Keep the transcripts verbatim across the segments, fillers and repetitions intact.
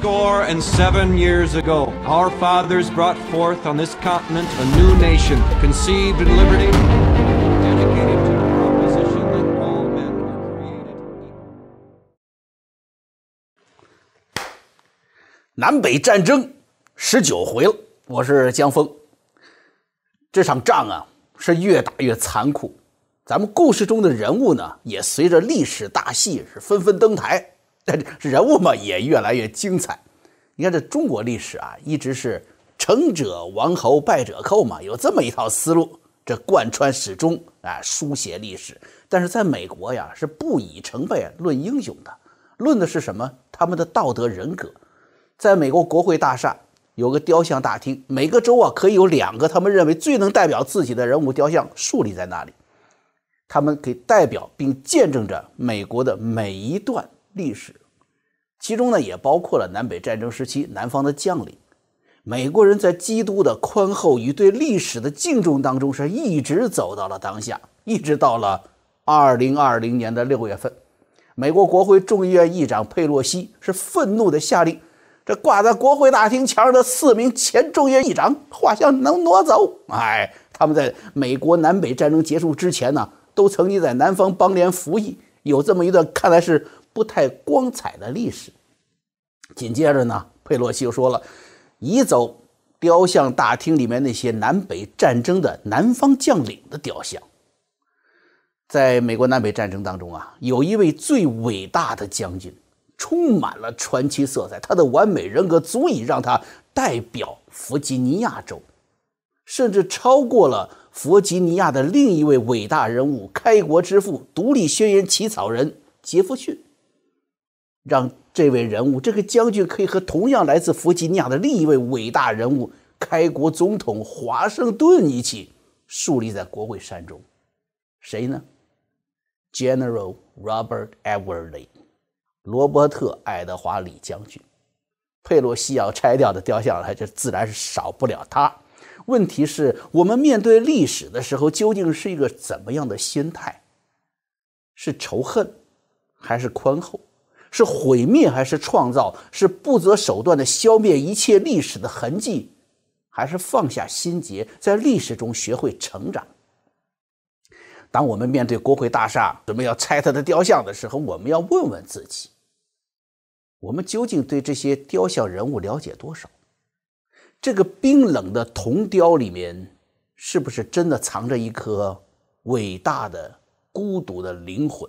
score and seven years ago, our fathers brought forth on this continent a new nation, conceived in liberty, dedicated to the proposition that all men are created equal. 南北战争十九回了，我是江峰。这场仗啊，是越打越残酷。咱们故事中的人物呢，也随着历史大戏是纷纷登台，但是人物嘛也越来越精彩。你看这中国历史啊，一直是成者王侯，败者寇嘛，有这么一套思路，这贯穿始终啊，书写历史。但是在美国呀，是不以成败论英雄的，论的是什么？他们的道德人格。在美国国会大厦有个雕像大厅，每个州啊可以有两个他们认为最能代表自己的人物雕像树立在那里，他们可以代表并见证着美国的每一段历史，其中呢也包括了南北战争时期南方的将领。美国人在基督的宽厚与对历史的敬重当中，是一直走到了当下，一直到了二零二零年的六月份，美国国会众议院议长佩洛西是愤怒地下令，这挂在国会大厅墙上的四名前众议院议长画像能挪走。哎，他们在美国南北战争结束之前呢，都曾经在南方邦联服役，有这么一段看来是不太光彩的历史。紧接着呢，佩洛西又说了，移走雕像大厅里面那些南北战争的南方将领的雕像。在美国南北战争当中啊，有一位最伟大的将军，充满了传奇色彩，他的完美人格足以让他代表弗吉尼亚州，甚至超过了弗吉尼亚的另一位伟大人物，开国之父、独立宣言起草人杰弗逊，让这位人物，这个将军可以和同样来自弗吉尼亚的另一位伟大人物，开国总统华盛顿一起树立在国会山中。谁呢？ General Robert Edward Lee， 罗伯特·爱德华·李将军。佩洛西要拆掉的雕像，这自然是少不了他。问题是，我们面对历史的时候，究竟是一个怎么样的心态？是仇恨，还是宽厚？是毁灭，还是创造？是不择手段的消灭一切历史的痕迹，还是放下心结，在历史中学会成长？当我们面对国会大厦准备要拆它的雕像的时候，我们要问问自己，我们究竟对这些雕像人物了解多少？这个冰冷的铜雕里面，是不是真的藏着一颗伟大的孤独的灵魂？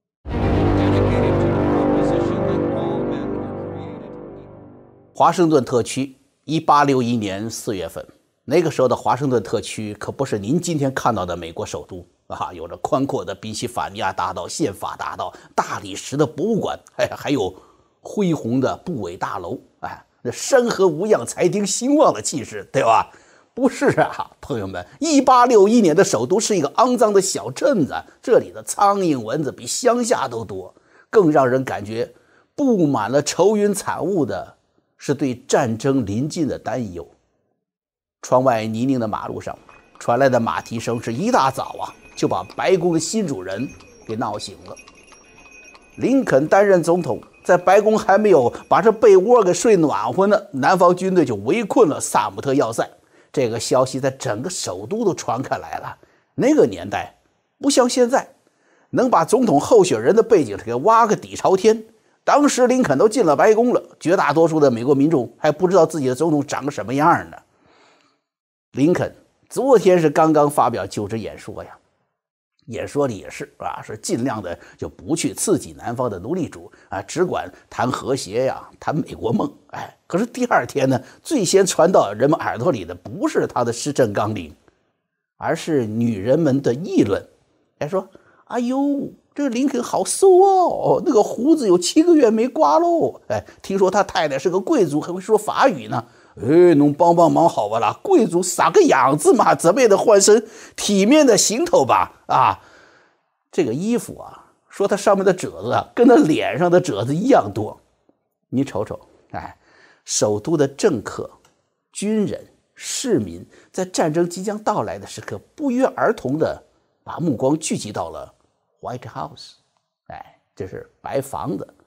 华盛顿特区一八六一年四月份，那个时候的华盛顿特区可不是您今天看到的美国首都啊，有着宽阔的宾夕法尼亚大道、宪法大道、大理石的博物馆，还还有恢宏的部委大楼，哎，那山河无恙、财丁兴旺的气势，对吧？不是啊，朋友们，一八六一年的首都是一个肮脏的小镇子，这里的苍蝇蚊子比乡下都多。更让人感觉布满了愁云惨雾的是对战争临近的担忧。窗外泥泞的马路上传来的马蹄声是一大早啊就把白宫的新主人给闹醒了。林肯担任总统，在白宫还没有把这被窝给睡暖和呢，南方军队就围困了萨姆特要塞。这个消息在整个首都都传开来了。那个年代不像现在能把总统候选人的背景给挖个底朝天，当时林肯都进了白宫了，绝大多数的美国民众还不知道自己的总统长个什么样呢。林肯昨天是刚刚发表就职演说呀，演说里也是啊，是尽量的就不去刺激南方的奴隶主啊，只管谈和谐呀，谈美国梦。哎，可是第二天呢，最先传到人们耳朵里的不是他的施政纲领，而是女人们的议论。哎，说，哎呦，这林肯好瘦哦，那个胡子有七个月没刮喽。哎，听说他太太是个贵族，还会说法语呢。哎，侬帮帮忙好吧啦，贵族啥个样子嘛，怎么也得换身体面的行头吧。啊，这个衣服啊，说它上面的褶子啊，跟他脸上的褶子一样多。你瞅瞅，哎，首都的政客、军人、市民，在战争即将到来的时刻，不约而同的把目光聚集到了 White House， 哎，这是白房子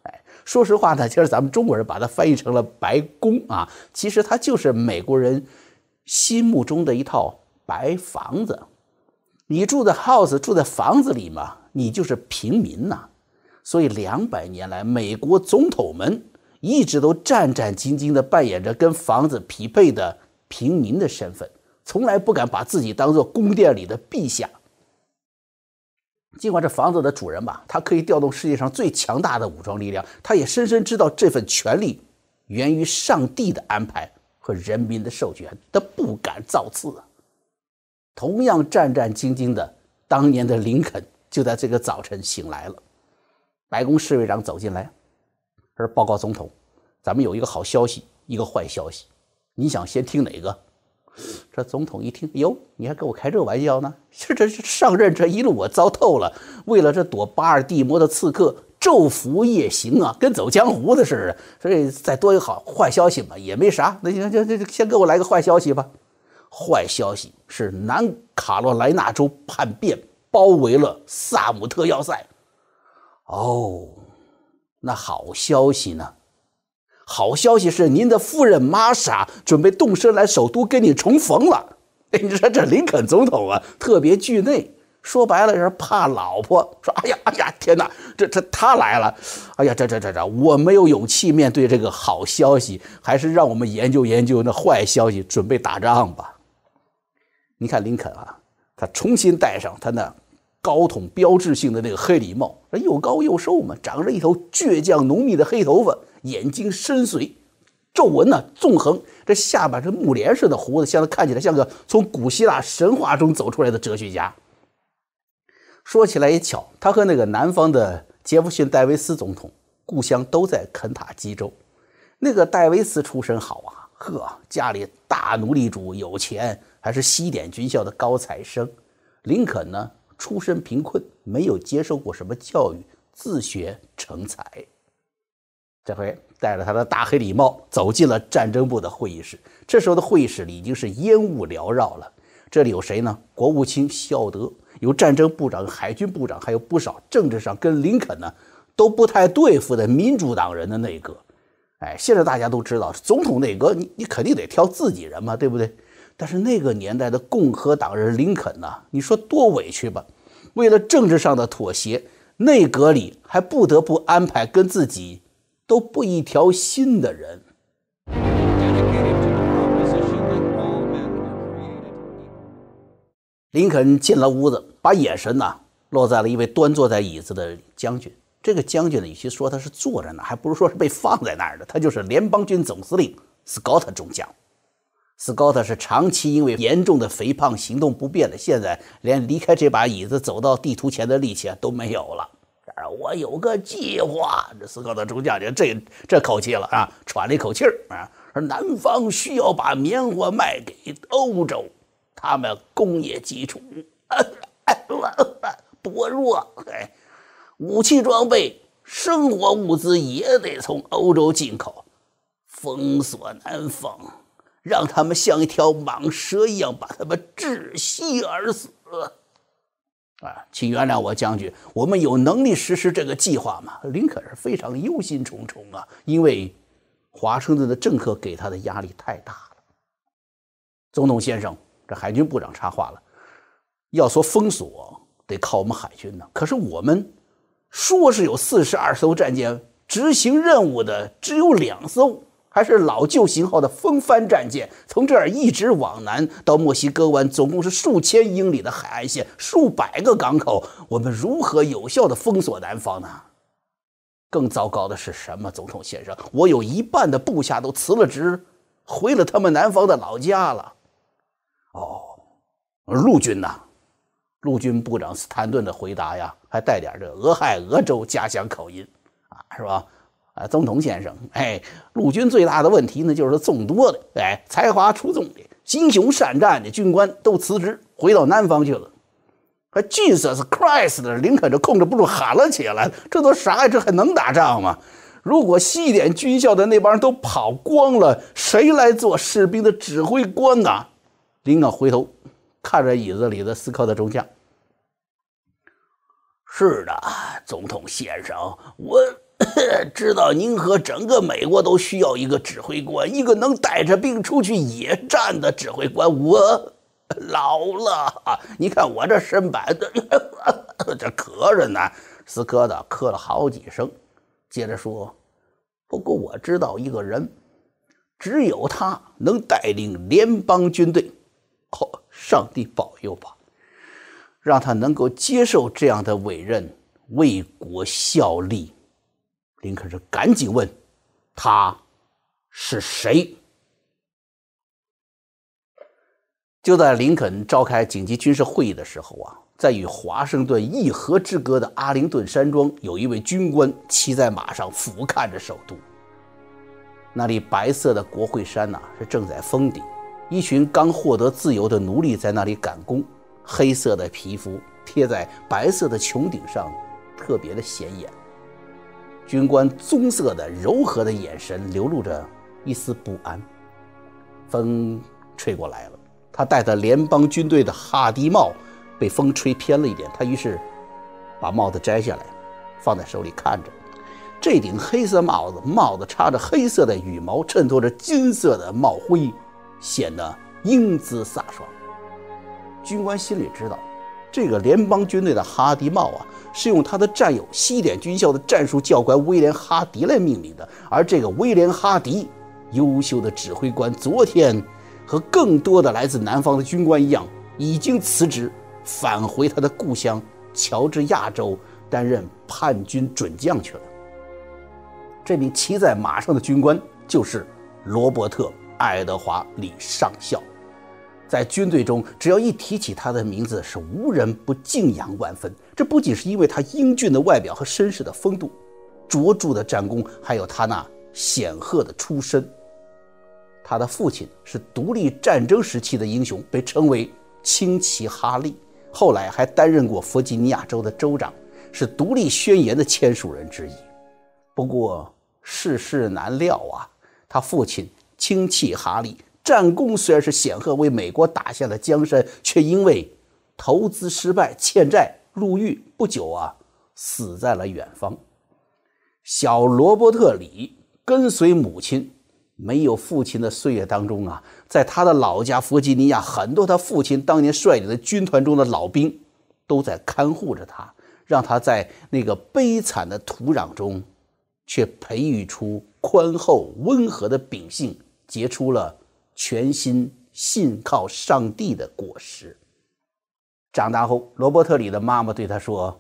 哎，说实话呢，其实咱们中国人把它翻译成了白宫啊，其实它就是美国人心目中的一套白房子。你住在 house 住在房子里嘛，你就是平民呐、啊。所以两百年来，美国总统们一直都战战兢兢地扮演着跟房子匹配的平民的身份，从来不敢把自己当作宫殿里的陛下。尽管这房子的主人吧，他可以调动世界上最强大的武装力量，他也深深知道这份权力源于上帝的安排和人民的授权，他不敢造次啊。同样战战兢兢的当年的林肯就在这个早晨醒来了。白宫侍卫长走进来，而报告总统，咱们有一个好消息，一个坏消息，你想先听哪个？这总统一听，哟，你还跟我开这玩笑呢？这这上任这一路我糟透了，为了这躲巴尔的摩的刺客，昼伏夜行啊，跟走江湖的似的。所以再多一个好坏消息嘛，也没啥。那行，就就先给我来个坏消息吧。坏消息是南卡罗来纳州叛变包围了萨姆特要塞。哦，那好消息呢？好消息是您的夫人玛莎准备动身来首都跟你重逢了。哎，你说这林肯总统啊，特别惧内，说白了是怕老婆。说，哎呀，哎呀，天哪，这这他来了，哎呀，这这这这，我没有勇气面对这个好消息，还是让我们研究研究那坏消息，准备打仗吧。你看林肯啊，他重新戴上他那高筒标志性的那个黑礼帽，又高又瘦嘛，长着一头倔强浓密的黑头发，眼睛深邃，皱纹呢纵横，这下巴是木莲似的胡子，像他看起来像个从古希腊神话中走出来的哲学家。说起来也巧，他和那个南方的杰弗逊·戴维斯总统故乡都在肯塔基州。那个戴维斯出身好啊，呵，家里大奴隶主，有钱，还是西点军校的高材生。林肯呢，出身贫困，没有接受过什么教育，自学成才。这回戴着他的大黑礼帽走进了战争部的会议室。这时候的会议室里已经是烟雾缭绕了。这里有谁呢？国务卿希奥德，有战争部长、海军部长，还有不少政治上跟林肯呢都不太对付的民主党人的内阁。哎，现在大家都知道，总统内阁你你肯定得挑自己人嘛，对不对？但是那个年代的共和党人林肯呢，你说多委屈吧？为了政治上的妥协，内阁里还不得不安排跟自己都不一条心的人。林肯进了屋子，把眼神呢落在了一位端坐在椅子的将军。这个将军呢，与其说他是坐着呢，还不如说是被放在那儿的。他就是联邦军总司令斯高特中将。斯高特是长期因为严重的肥胖行动不便的，现在连离开这把椅子走到地图前的力气都没有了。我有个计划，这斯高特中将这这口气了啊，喘了一口气儿啊，说南方需要把棉花卖给欧洲，他们工业基础薄弱，哎，武器装备、生活物资也得从欧洲进口，封锁南方，让他们像一条蟒蛇一样把他们窒息而死。啊，请原谅我，将军，我们有能力实施这个计划吗？林肯是非常忧心忡忡啊，因为华盛顿的政客给他的压力太大了。总统先生，这海军部长插话了，要说封锁得靠我们海军呢，可是我们说是有四十二艘战舰，执行任务的只有两艘，还是老旧型号的风帆战舰，从这儿一直往南到墨西哥湾，总共是数千英里的海岸线，数百个港口，我们如何有效地封锁南方呢？更糟糕的是什么，总统先生？我有一半的部下都辞了职，回了他们南方的老家了。哦，陆军呐，陆军部长斯坦顿的回答呀，还带点这俄亥俄州家乡口音啊，是吧？啊，总统先生，哎，陆军最大的问题呢，就是众多的，哎，才华出众的、英雄善战的军官都辞职，回到南方去了。还 Jesus Christ， 林肯就控制不住喊了起来：“这都啥呀？这还能打仗吗？如果西点军校的那帮人都跑光了，谁来做士兵的指挥官啊？”林肯回头看着椅子里的斯科特中将：“是的，总统先生，我。” 知道您和整个美国都需要一个指挥官，一个能带着兵出去野战的指挥官。我老了啊，你看我这身板，这咳着呢，死磕的咳了好几声。接着说，不过我知道一个人，只有他能带领联邦军队。哦，上帝保佑吧，让他能够接受这样的委任，为国效力。林肯是赶紧问，他是谁？就在林肯召开紧急军事会议的时候啊，在与华盛顿一河之隔的阿灵顿山庄，有一位军官骑在马上俯瞰着首都。那里白色的国会山呐、啊，是正在封顶，一群刚获得自由的奴隶在那里赶工，黑色的皮肤贴在白色的穹顶上，特别的显眼。军官棕色的柔和的眼神流露着一丝不安。风吹过来了，他戴的联邦军队的哈迪帽被风吹偏了一点，他于是把帽子摘下来放在手里看着。这顶黑色帽子，帽子插着黑色的羽毛，衬托着金色的帽徽，显得英姿飒爽。军官心里知道，这个联邦军队的哈迪帽啊，是用他的战友西点军校的战术教官威廉·哈迪来命名的。而这个威廉·哈迪，优秀的指挥官，昨天和更多的来自南方的军官一样，已经辞职，返回他的故乡乔治亚州担任叛军准将去了。这名骑在马上的军官就是罗伯特·爱德华·李上校。在军队中，只要一提起他的名字，是无人不敬仰万分。这不仅是因为他英俊的外表和绅士的风度，卓著的战功，还有他那显赫的出身。他的父亲是独立战争时期的英雄，被称为轻骑哈利，后来还担任过弗吉尼亚州的州长，是独立宣言的签署人之一。不过世事难料啊，他父亲轻骑哈利战功虽然是显赫，为美国打下了江山，却因为投资失败欠债入狱，不久啊死在了远方。小罗伯特李跟随母亲没有父亲的岁月当中啊，在他的老家弗吉尼亚，很多他父亲当年率领的军团中的老兵都在看护着他，让他在那个悲惨的土壤中却培育出宽厚温和的秉性，结出了全心信靠上帝的果实。长大后，罗伯特李的妈妈对他说，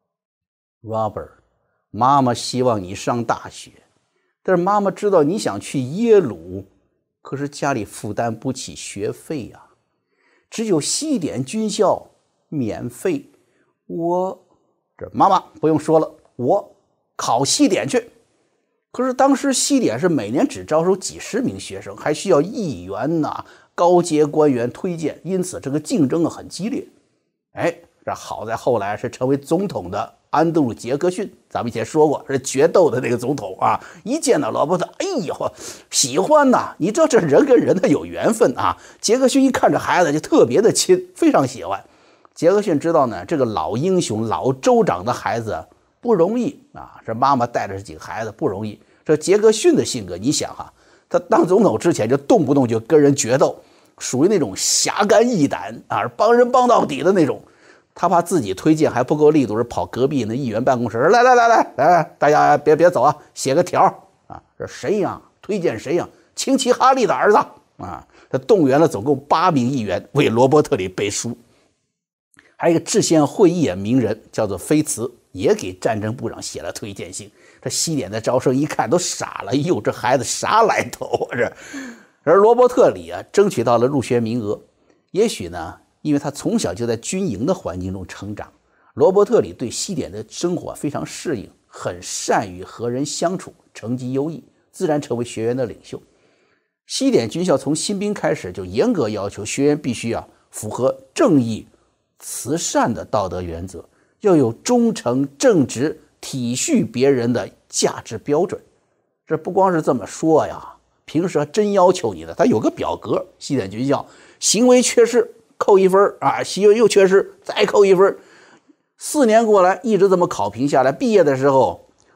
Robert， 妈妈希望你上大学，但是妈妈知道你想去耶鲁，可是家里负担不起学费呀、啊，只有西点军校免费。我这妈妈不用说了，我考西点去。可是当时西点是每年只招收几十名学生，还需要议员呐、啊、高阶官员推荐，因此这个竞争啊很激烈。哎，这好在后来是成为总统的安德鲁·杰克逊，咱们以前说过是决斗的那个总统啊，一见到罗伯特，哎呦，喜欢呐！你知道这人跟人他有缘分啊。杰克逊一看这孩子就特别的亲，非常喜欢。杰克逊知道呢，这个老英雄、老州长的孩子不容易啊，这妈妈带着这几个孩子不容易。这杰克逊的性格，你想哈、啊，他当总统之前就动不动就跟人决斗，属于那种侠肝义胆啊，帮人帮到底的那种。他怕自己推荐还不够力度，是跑隔壁那议员办公室，来来来来来，大家别别走啊，写个条啊，这谁呀？推荐谁呀？轻骑哈利的儿子啊！他动员了总共八名议员为罗伯特里背书，还有一个制宪会议名人叫做菲茨，也给战争部长写了推荐信。这西点的招生一看都傻了，哟，这孩子啥来头啊这？而罗伯特里啊，争取到了入学名额。也许呢，因为他从小就在军营的环境中成长，罗伯特里对西点的生活非常适应，很善于和人相处，成绩优异，自然成为学员的领袖。西点军校从新兵开始就严格要求学员必须啊符合正义、慈善的道德原则，要有忠诚、正直、体恤别人的价值标准。这不光是这么说呀，平时还真要求你的。他有个表格，西点军校行为缺失扣一分啊，行为又缺失再扣一分，四年过来一直这么考评下来，毕业的时候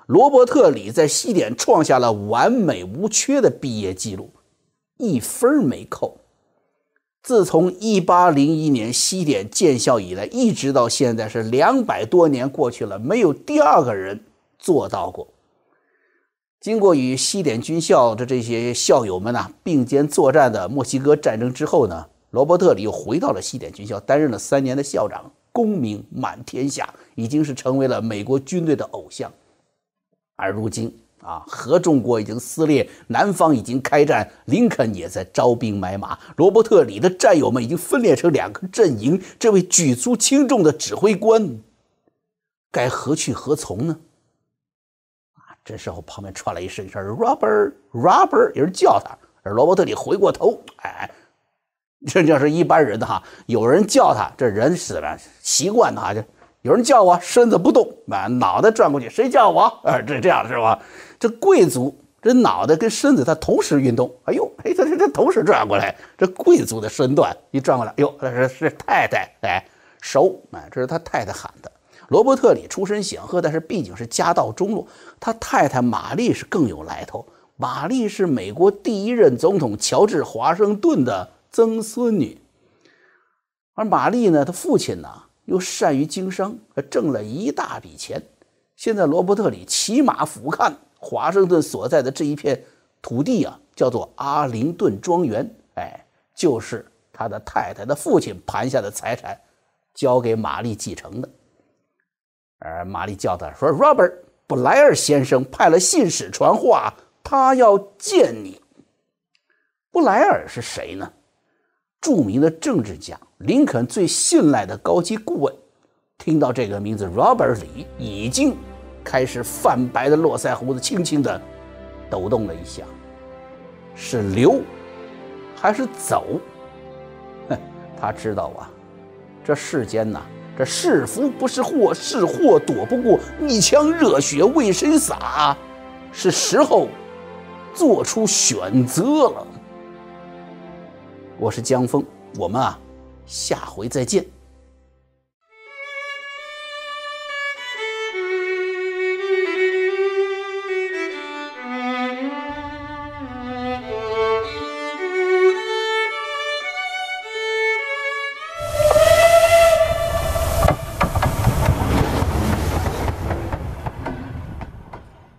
罗伯特李在西点创下了完美无缺的毕业记录，一分没扣。自从一八零一年西点建校以来，一直到现在是两百多年过去了，没有第二个人做到过。经过与西点军校的这些校友们呢、啊、并肩作战的墨西哥战争之后呢，罗伯特里又回到了西点军校，担任了三年的校长，功名满天下，已经是成为了美国军队的偶像。而如今啊，合众国已经撕裂，南方已经开战，林肯也在招兵买马，罗伯特里的战友们已经分裂成两个阵营，这位举足轻重的指挥官该何去何从呢？啊，这时候旁边传来一声声 Robert Robert， 有人叫他，而罗伯特里回过头，哎，这要是一般人的哈，有人叫他，这人是怎么样习惯的哈，就有人叫我，身子不动，把脑袋转过去，谁叫我？啊，这这样是吧？这贵族这脑袋跟身子它同时运动，哎呦，哎，这这这同时转过来，这贵族的身段一转过来，哟，这是是太太，哎，熟，哎，这是他太太喊的。罗伯特里出身显赫，但是毕竟是家道中落，他太太玛丽是更有来头。玛丽是美国第一任总统乔治华盛顿的曾孙女，而玛丽呢，他父亲呢又善于经商，挣了一大笔钱。现在罗伯特里骑马俯瞰华盛顿所在的这一片土地啊，叫做阿灵顿庄园，哎，就是他的太太的父亲盘下的财产，交给玛丽继承的。而玛丽叫他说 ：“Robert， 布莱尔先生派了信使传话，他要见你。”布莱尔是谁呢？著名的政治家，林肯最信赖的高级顾问。听到这个名字 Robert 李，已经开始泛白的络腮胡子轻轻的抖动了一下，是留还是走？哼，他知道啊，这世间呐、啊，这是福不是祸，是祸躲不过，一腔热血为谁洒？是时候做出选择了。我是江峰，我们啊，下回再见。